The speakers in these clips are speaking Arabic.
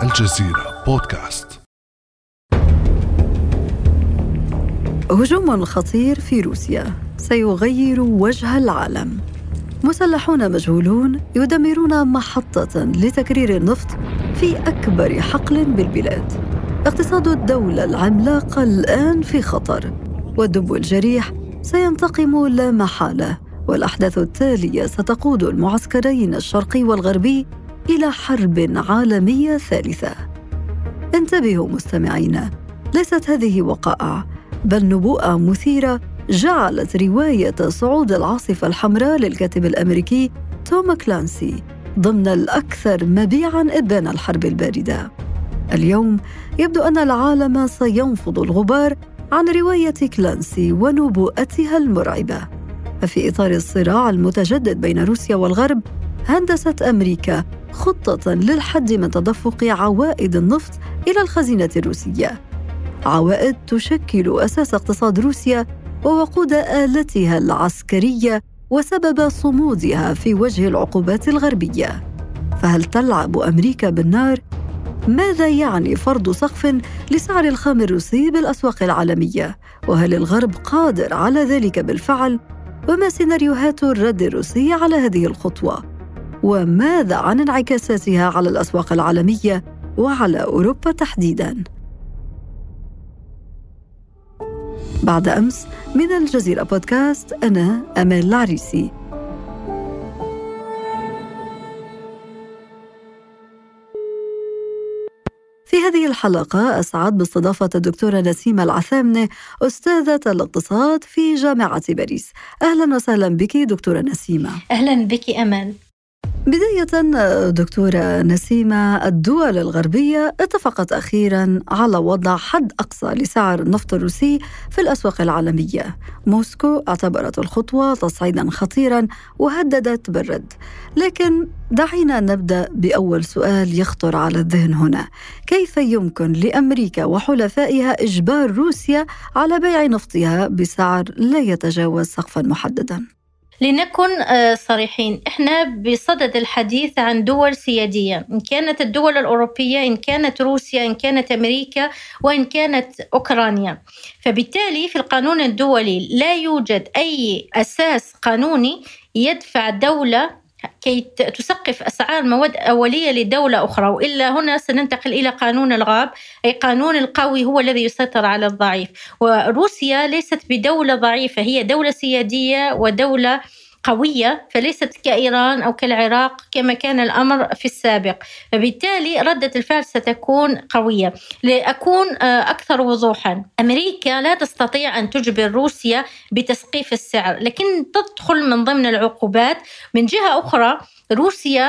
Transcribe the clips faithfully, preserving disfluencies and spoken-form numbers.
الجزيرة بودكاست. هجوم خطير في روسيا سيغير وجه العالم. مسلحون مجهولون يدمرون محطة لتكرير النفط في أكبر حقل بالبلاد. اقتصاد الدولة العملاقة الآن في خطر، والدب الجريح سينتقم لا محالة، والأحداث التالية ستقود المعسكرين الشرقي والغربي إلى حرب عالمية ثالثة. انتبهوا مستمعين، ليست هذه وقائع، بل نبوءة مثيرة جعلت رواية صعود العاصفة الحمراء للكاتب الأمريكي توم كلانسي ضمن الأكثر مبيعاً إبان الحرب الباردة. اليوم يبدو أن العالم سينفض الغبار عن رواية كلانسي ونبوءتها المرعبة. ففي إطار الصراع المتجدد بين روسيا والغرب، هندست أمريكا خطة للحد من تدفق عوائد النفط إلى الخزينة الروسية، عوائد تشكل أساس اقتصاد روسيا ووقود آلتها العسكرية وسبب صمودها في وجه العقوبات الغربية. فهل تلعب أمريكا بالنار؟ ماذا يعني فرض سقف لسعر الخام الروسي بالأسواق العالمية؟ وهل الغرب قادر على ذلك بالفعل؟ وما سيناريوهات الرد الروسي على هذه الخطوة؟ وماذا عن انعكاساتها على الأسواق العالمية وعلى أوروبا تحديداً؟ بعد أمس من الجزيرة بودكاست، أنا أمال العريسي. في هذه الحلقة أسعد باستضافة الدكتورة نسيمة العثامنة، أستاذة الاقتصاد في جامعة باريس. أهلا وسهلا بك دكتورة نسيمة. أهلا بك أمال. بداية دكتورة نسيمة، الدول الغربية اتفقت أخيراً على وضع حد أقصى لسعر النفط الروسي في الأسواق العالمية. موسكو اعتبرت الخطوة تصعيداً خطيراً وهددت بالرد. لكن دعينا نبدأ بأول سؤال يخطر على الذهن هنا: كيف يمكن لأمريكا وحلفائها إجبار روسيا على بيع نفطها بسعر لا يتجاوز سقفاً محدداً؟ لنكن صريحين، إحنا بصدد الحديث عن دول سيادية، إن كانت الدول الأوروبية، إن كانت روسيا، إن كانت أمريكا، وإن كانت أوكرانيا. فبالتالي في القانون الدولي لا يوجد أي أساس قانوني يدفع دولة كي تسقف أسعار مواد أولية لدولة أخرى، وإلا هنا سننتقل إلى قانون الغاب، أي قانون القوي هو الذي يسيطر على الضعيف. وروسيا ليست بدولة ضعيفة، هي دولة سيادية ودولة قوية، فليست كإيران أو كالعراق كما كان الأمر في السابق. فبالتالي ردة الفعل ستكون قوية. لأكون أكثر وضوحا، أمريكا لا تستطيع أن تجبر روسيا بتسقيف السعر، لكن تدخل من ضمن العقوبات. من جهة أخرى، روسيا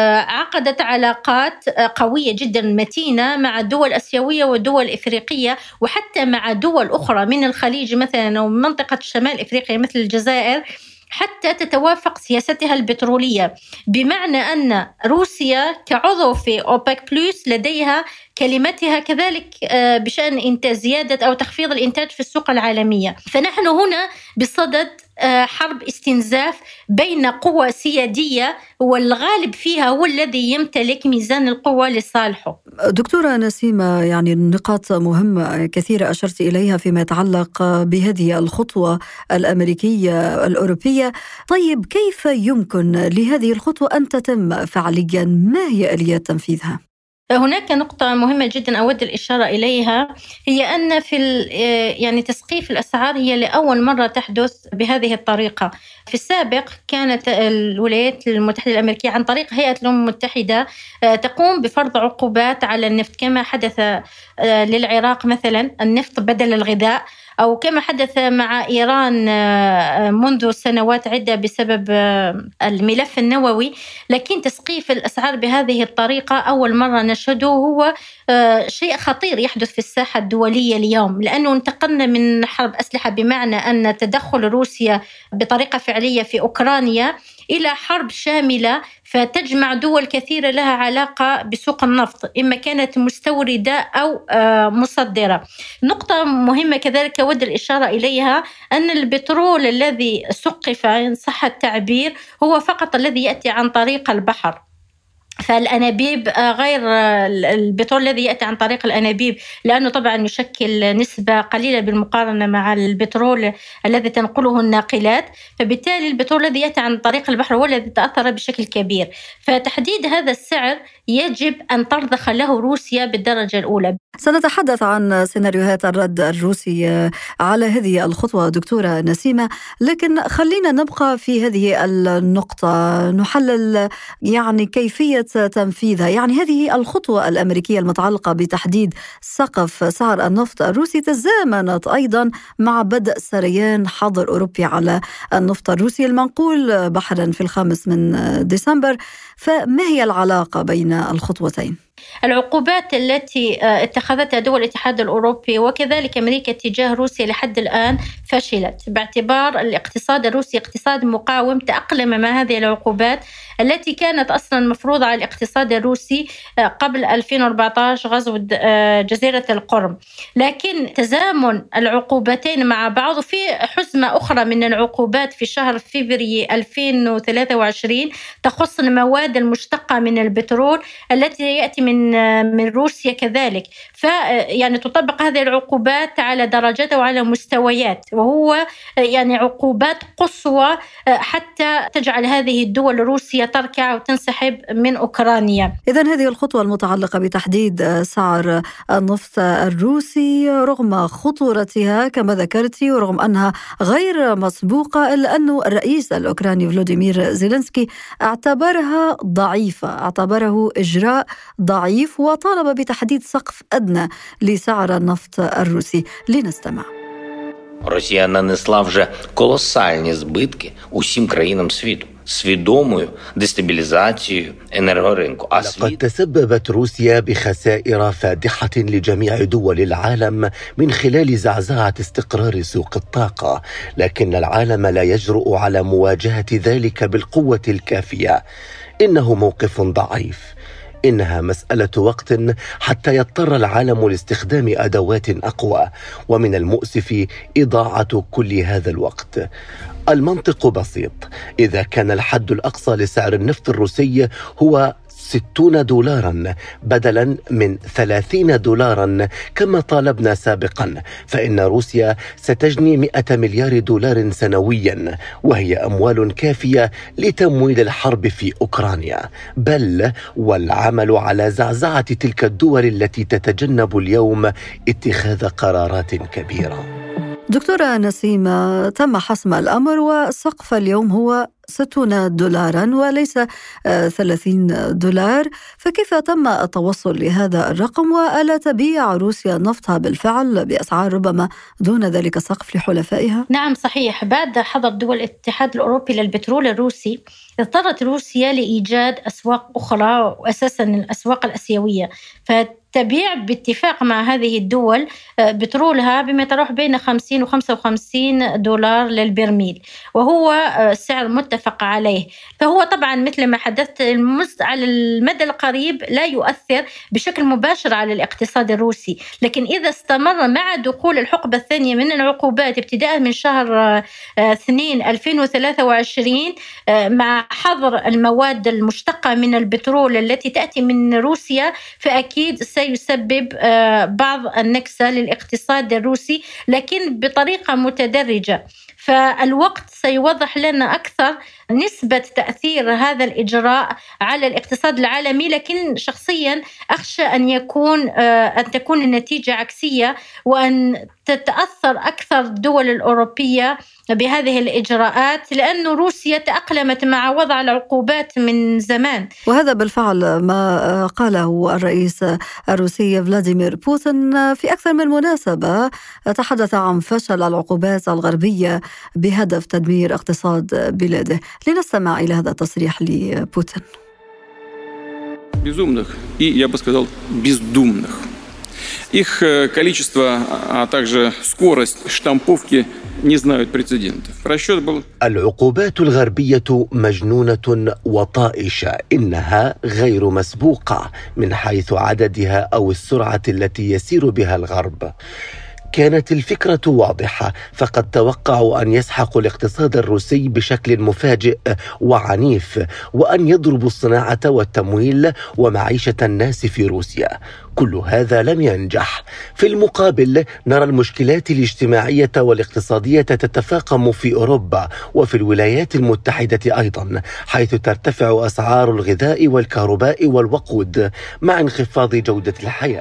عقدت علاقات قوية جدا متينة مع الدول الآسيوية والدول الإفريقية، وحتى مع دول أخرى من الخليج مثلا أو منطقة شمال إفريقيا مثل الجزائر، حتى تتوافق سياستها البترولية. بمعنى أن روسيا كعضو في أوبك بلس لديها كلمتها كذلك بشأن إنتاج زيادة أو تخفيض الإنتاج في السوق العالمية. فنحن هنا بصدد حرب استنزاف بين قوى سيادية، والغالب فيها هو الذي يمتلك ميزان القوة لصالحه. دكتورة نسيمة، يعني نقاط مهمة كثيرة أشرت إليها فيما يتعلق بهذه الخطوة الأمريكية الأوروبية. طيب، كيف يمكن لهذه الخطوة أن تتم فعليا؟ ما هي آليات تنفيذها؟ هناك نقطة مهمة جدا أود الإشارة إليها، هي أن في يعني تسقيف الأسعار هي لأول مرة تحدث بهذه الطريقة. في السابق كانت الولايات المتحدة الأمريكية عن طريق هيئة الأمم المتحدة تقوم بفرض عقوبات على النفط، كما حدث للعراق مثلا النفط بدل الغذاء، أو كما حدث مع إيران منذ سنوات عدة بسبب الملف النووي. لكن تسقيف الأسعار بهذه الطريقة أول مرة نشهده، هو شيء خطير يحدث في الساحة الدولية اليوم، لأنه انتقلنا من حرب أسلحة بمعنى أن تدخل روسيا بطريقة فعلية في أوكرانيا إلى حرب شاملة فتجمع دول كثيرة لها علاقة بسوق النفط، إما كانت مستوردة أو مصدرة. نقطة مهمة كذلك أود الإشارة إليها، أن البترول الذي سقف إن صح التعبير هو فقط الذي يأتي عن طريق البحر. فالأنابيب غير البترول الذي يأتي عن طريق الأنابيب، لأنه طبعا يشكل نسبة قليلة بالمقارنة مع البترول الذي تنقله الناقلات، فبالتالي البترول الذي يأتي عن طريق البحر هو الذي تأثر بشكل كبير. فتحديد هذا السعر يجب أن ترضخ له روسيا بالدرجة الأولى. سنتحدث عن سيناريوهات الرد الروسي على هذه الخطوة دكتورة نسيمة، لكن خلينا نبقى في هذه النقطة نحلل يعني كيفية تنفيذها. يعني هذه الخطوة الأمريكية المتعلقة بتحديد سقف سعر النفط الروسي تزامنت أيضا مع بدء سريان حظر أوروبي على النفط الروسي المنقول بحرا في الخامس من ديسمبر. فما هي العلاقة بين الخطوتين؟ العقوبات التي اتخذتها دول الاتحاد الأوروبي وكذلك أمريكا تجاه روسيا لحد الآن فشلت، باعتبار الاقتصاد الروسي اقتصاد مقاوم تأقلم مع هذه العقوبات التي كانت أصلا مفروضة على الاقتصاد الروسي قبل ألفين وأربعة عشر غزو جزيرة القرم. لكن تزامن العقوبتين مع بعض، وفي حزمة أخرى من العقوبات في شهر فبراير ألفين وثلاثة وعشرين تخص المواد المشتقة من البترول التي يأتي من من روسيا كذلك. فيعني تطبق هذه العقوبات على درجات وعلى مستويات، وهو يعني عقوبات قصوى حتى تجعل هذه الدول روسيا تركع وتنسحب من أوكرانيا. إذن هذه الخطوة المتعلقة بتحديد سعر النفط الروسي رغم خطورتها كما ذكرتي ورغم أنها غير مسبوقة، إلا أن الرئيس الأوكراني فلوديمير زيلينسكي اعتبرها ضعيفة، اعتبره إجراء ضعيف وطالب بتحديد سقف أدنى لسعر النفط الروسي. لنستمع. Росія нанесла вже колосальні збитки усім країнам світу. свідомою дестабілізацією енергоринку. لقد تسببت روسيا بخسائر فادحة لجميع دول العالم من خلال زعزعة استقرار سوق الطاقة، لكن العالم لا يجرؤ على مواجهة ذلك بالقوة الكافية. إنه موقف ضعيف. إنها مسألة وقت حتى يضطر العالم لاستخدام أدوات أقوى، ومن المؤسف إضاعة كل هذا الوقت. المنطق بسيط، إذا كان الحد الأقصى لسعر النفط الروسي هو ستون دولارا بدلا من ثلاثين دولارا كما طالبنا سابقا، فإن روسيا ستجني مئة مليار دولار سنويا، وهي أموال كافية لتمويل الحرب في أوكرانيا، بل والعمل على زعزعة تلك الدول التي تتجنب اليوم اتخاذ قرارات كبيرة. دكتورة نسيمة، تم حسم الأمر وسقف اليوم هو ستون دولارا وليس ثلاثين دولار، فكيف تم التوصل لهذا الرقم؟ وألا تبيع روسيا نفطها بالفعل بأسعار ربما دون ذلك السقف لحلفائها؟ نعم صحيح. بعد حظر دول الاتحاد الأوروبي للبترول الروسي اضطرت روسيا لإيجاد أسواق أخرى، وأساسا الأسواق الأسيوية، فتبيع باتفاق مع هذه الدول بترولها بما يتراوح بين خمسين وخمسة وخمسين دولار للبرميل، وهو سعر متفق عليه. فهو طبعا مثل ما حدثت على المدى القريب لا يؤثر بشكل مباشر على الاقتصاد الروسي، لكن إذا استمر مع دخول الحقبة الثانية من العقوبات ابتداء من شهر اثنين ألفين وثلاثة وعشرين مع حظر المواد المشتقة من البترول التي تأتي من روسيا، فأكيد سيسبب بعض النكسة للاقتصاد الروسي، لكن بطريقة متدرجة. فالوقت سيوضح لنا أكثر نسبة تأثير هذا الإجراء على الاقتصاد العالمي، لكن شخصيا أخشى أن يكون أن تكون النتيجة عكسية، وأن تتأثر أكثر الدول الأوروبية بهذه الإجراءات، لأن روسيا تأقلمت مع وضع العقوبات من زمان. وهذا بالفعل ما قاله الرئيس الروسي فلاديمير بوتين في أكثر من مناسبة، تحدث عن فشل العقوبات الغربية بهدف تدمير اقتصاد بلاده. لنستمع إلى هذا التصريح لبوتين. Безумных и, я бы сказал, бездумных. Их количество, а также скорость штамповки не знают прецедентов. Расчет был. العقوبات الغربية مجنونة وطائشة، إنها غير مسبوقة من حيث عددها أو السرعة التي يسير بها الغرب. كانت الفكرة واضحة، فقد توقعوا أن يسحقوا الاقتصاد الروسي بشكل مفاجئ وعنيف، وأن يضربوا الصناعة والتمويل ومعيشة الناس في روسيا. كل هذا لم ينجح. في المقابل نرى المشكلات الاجتماعية والاقتصادية تتفاقم في أوروبا وفي الولايات المتحدة أيضا، حيث ترتفع أسعار الغذاء والكهرباء والوقود مع انخفاض جودة الحياة.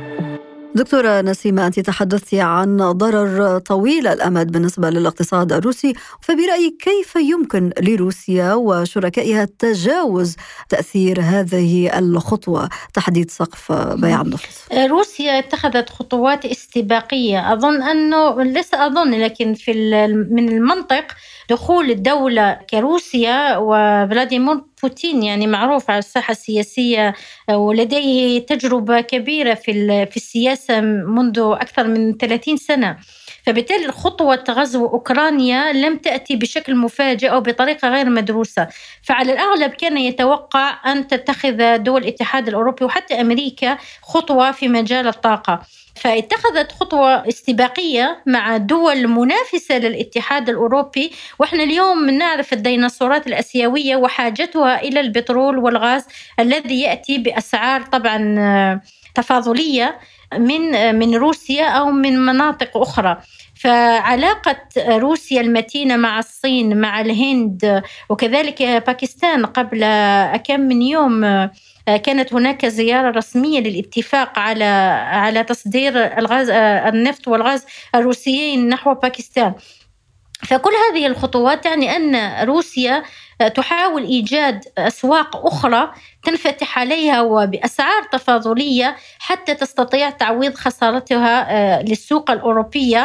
دكتورة نسيمة، أنت تحدثت عن ضرر طويل الأمد بالنسبة للاقتصاد الروسي، فبرأيك كيف يمكن لروسيا وشركائها تجاوز تأثير هذه الخطوة، تحديد سقف بيع النفط؟ روسيا اتخذت خطوات استباقية، أظن أنه ليس أظن لكن في من المنطق دخول الدولة كروسيا وفلاديمير بوتين يعني معروف على الساحة السياسية ولديه تجربة كبيرة في في السياسة منذ أكثر من ثلاثين سنة، فبالتالي خطوة غزو أوكرانيا لم تأتي بشكل مفاجئ أو بطريقة غير مدروسة، فعلى الأغلب كان يتوقع أن تتخذ دول الاتحاد الأوروبي وحتى أمريكا خطوة في مجال الطاقة، فاتخذت خطوة استباقية مع دول منافسة للاتحاد الأوروبي. وإحنا اليوم نعرف الديناصورات الآسيوية وحاجتها إلى البترول والغاز الذي يأتي بأسعار طبعا تفاضلية من من روسيا أو من مناطق أخرى. فعلاقة روسيا المتينة مع الصين مع الهند وكذلك باكستان، قبل كم من يوم كانت هناك زيارة رسمية للاتفاق على على تصدير الغاز النفط والغاز الروسيين نحو باكستان. فكل هذه الخطوات تعني أن روسيا تحاول إيجاد أسواق أخرى تنفتح عليها وبأسعار تفاضلية حتى تستطيع تعويض خسارتها للسوق الأوروبية.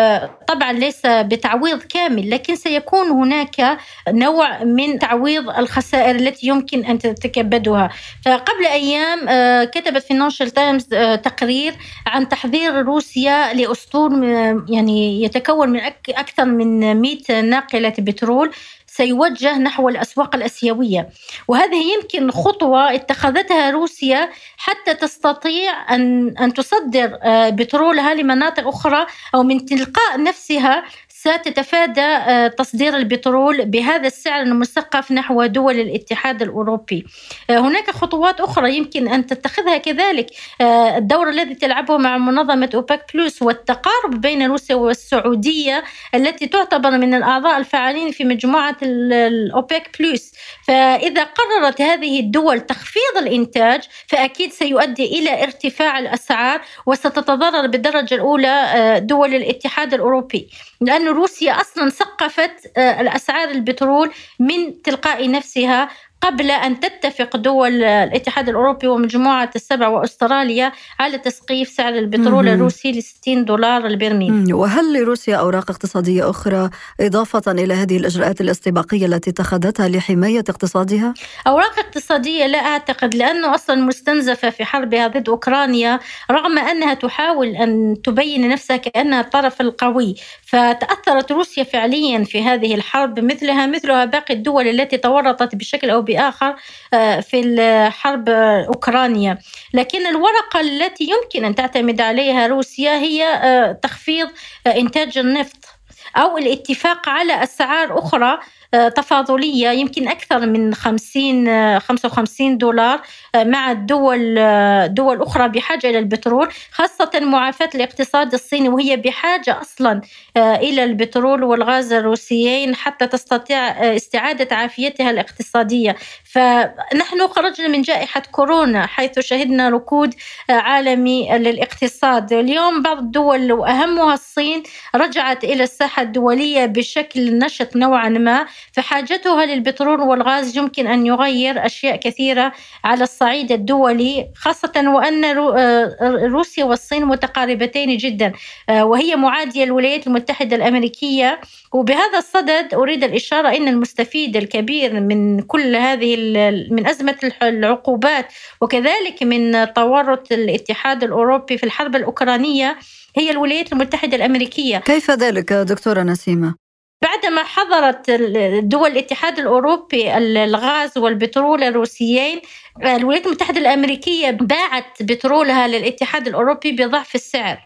طبعا ليس بتعويض كامل، لكن سيكون هناك نوع من تعويض الخسائر التي يمكن أن تتكبدها. فقبل أيام كتبت فينانشال تايمز تقرير عن تحذير روسيا لأسطول يعني يتكون من أكثر من مئة ناقلة بترول سيوجه نحو الأسواق الآسيوية، وهذه يمكن خطوة اتخذتها روسيا حتى تستطيع أن أن تصدر بترولها لمناطق أخرى أو من تلقاء نفسها ستتفادى تصدير البترول بهذا السعر المسقف نحو دول الاتحاد الأوروبي. هناك خطوات أخرى يمكن أن تتخذها كذلك، الدور الذي تلعبه مع منظمة أوبك بلس والتقارب بين روسيا والسعودية التي تعتبر من الأعضاء الفعالين في مجموعة الأوبك بلس. فإذا قررت هذه الدول تخفيض الإنتاج فأكيد سيؤدي إلى ارتفاع الأسعار وستتضرر بالدرجة الأولى دول الاتحاد الأوروبي، لأن روسيا أصلاً سقفت الأسعار البترول من تلقاء نفسها قبل أن تتفق دول الاتحاد الأوروبي ومجموعة السبع وأستراليا على تسقيف سعر البترول الروسي ل ستين دولار البرميل. وهل لروسيا أوراق اقتصادية أخرى إضافة إلى هذه الإجراءات الاستباقية التي اتخذتها لحماية اقتصادها؟ أوراق اقتصادية لا أعتقد، لأنه أصلا مستنزفة في حربها ضد أوكرانيا رغم أنها تحاول أن تبين نفسها كأنها الطرف القوي. فتأثرت روسيا فعليا في هذه الحرب مثلها مثلها باقي الدول التي تورطت بشكل أو بآخر في الحرب أوكرانيا. لكن الورقة التي يمكن أن تعتمد عليها روسيا هي تخفيض إنتاج النفط أو الاتفاق على أسعار أخرى تفاضلية يمكن أكثر من خمسين خمسة وخمسين دولار مع الدول دول أخرى بحاجة إلى البترول، خاصة معافاة الاقتصاد الصيني وهي بحاجة أصلا إلى البترول والغاز الروسيين حتى تستطيع استعادة عافيتها الاقتصادية. فنحن خرجنا من جائحة كورونا حيث شهدنا ركود عالمي للاقتصاد. اليوم بعض الدول وأهمها الصين رجعت إلى الساحة الدولية بشكل نشط نوعا ما، فحاجتها للبترول والغاز يمكن أن يغير أشياء كثيرة على الصعيد الدولي، خاصة وأن روسيا والصين متقاربتين جدا وهي معادية للولايات المتحدة الأمريكية. وبهذا الصدد أريد الإشارة أن المستفيد الكبير من كل هذه من أزمة العقوبات وكذلك من تورط الاتحاد الأوروبي في الحرب الأوكرانية هي الولايات المتحدة الأمريكية. كيف ذلك دكتورة نسيمة؟ بعدما حظرت دول الاتحاد الأوروبي الغاز والبترول الروسيين، الولايات المتحدة الأمريكية باعت بترولها للاتحاد الأوروبي بضعف السعر.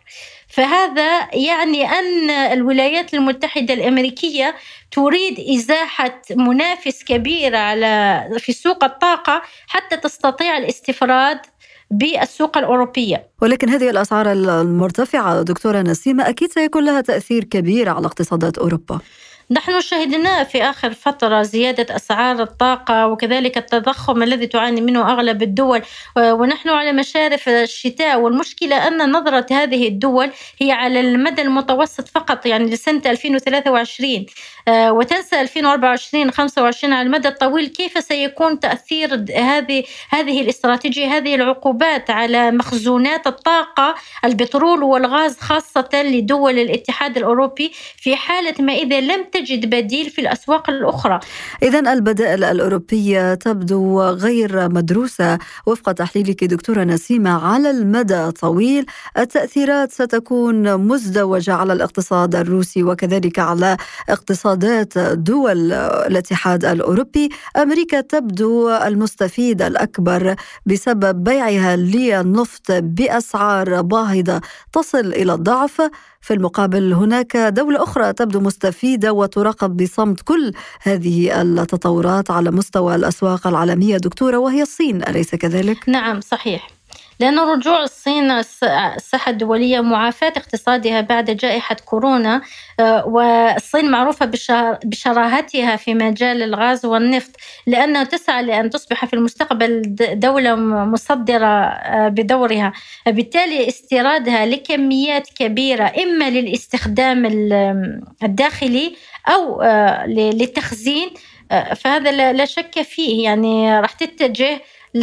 فهذا يعني أن الولايات المتحدة الأمريكية تريد إزاحة منافس كبير على في سوق الطاقة حتى تستطيع الاستفراد بالسوق الأوروبية. ولكن هذه الأسعار المرتفعة دكتورة نسيمة أكيد سيكون لها تأثير كبير على اقتصادات أوروبا. نحن شهدنا في آخر فترة زيادة أسعار الطاقة وكذلك التضخم الذي تعاني منه أغلب الدول، ونحن على مشارف الشتاء، والمشكلة أن نظرة هذه الدول هي على المدى المتوسط فقط، يعني لسنة ألفين وثلاثة وعشرين، وتنسى ألفين وأربعة وعشرين خمسة وعشرين على المدى الطويل. كيف سيكون تأثير هذه هذه الاستراتيجية، هذه العقوبات على مخزونات الطاقة البترول والغاز خاصة لدول الاتحاد الأوروبي في حالة ما إذا لم تجد بديل في الأسواق الأخرى؟ إذن البدائل الأوروبية تبدو غير مدروسة وفق تحليلك دكتورة نسيمة. على المدى الطويل التأثيرات ستكون مزدوجة على الاقتصاد الروسي وكذلك على اقتصادات دول الاتحاد الأوروبي. أمريكا تبدو المستفيدة الأكبر بسبب بيعها للنفط بأسعار باهظة تصل إلى الضعف. في المقابل هناك دولة أخرى تبدو مستفيدة وتراقب بصمت كل هذه التطورات على مستوى الأسواق العالمية دكتورة، وهي الصين، أليس كذلك؟ نعم صحيح، لأن رجوع الصين الساحة الدولية، معافاة اقتصادها بعد جائحة كورونا، والصين معروفة بشراهتها في مجال الغاز والنفط، لأنها تسعى لأن تصبح في المستقبل دولة مصدرة بدورها. بالتالي استيرادها لكميات كبيرة إما للاستخدام الداخلي أو للتخزين، فهذا لا شك فيه، يعني راح تتجه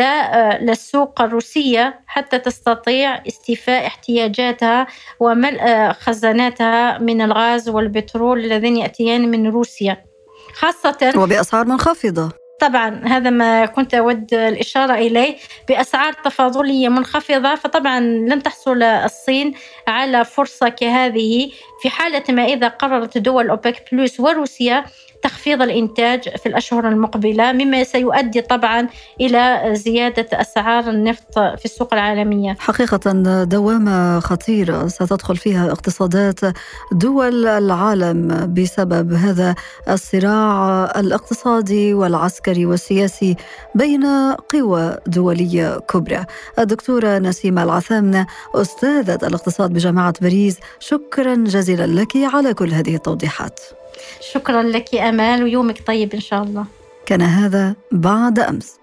للسوق الروسية حتى تستطيع استيفاء احتياجاتها وملء خزاناتها من الغاز والبترول الذين يأتيان من روسيا، خاصة وبأسعار منخفضة. طبعا هذا ما كنت أود الإشارة إليه، بأسعار تفاضلية منخفضة. فطبعا لن تحصل الصين على فرصة كهذه في حالة ما إذا قررت دول أوبك بلس وروسيا تخفيض الإنتاج في الأشهر المقبلة، مما سيؤدي طبعا إلى زيادة أسعار النفط في السوق العالمية. حقيقة دوامة خطيرة ستدخل فيها اقتصادات دول العالم بسبب هذا الصراع الاقتصادي والعسكري والسياسي بين قوى دولية كبرى. الدكتورة نسيمة العثامنة، أستاذة الاقتصاد بجامعة باريس، شكرا جزيلا لك على كل هذه التوضيحات. شكرا لك أمال، ويومك طيب إن شاء الله. كان هذا بعد أمس.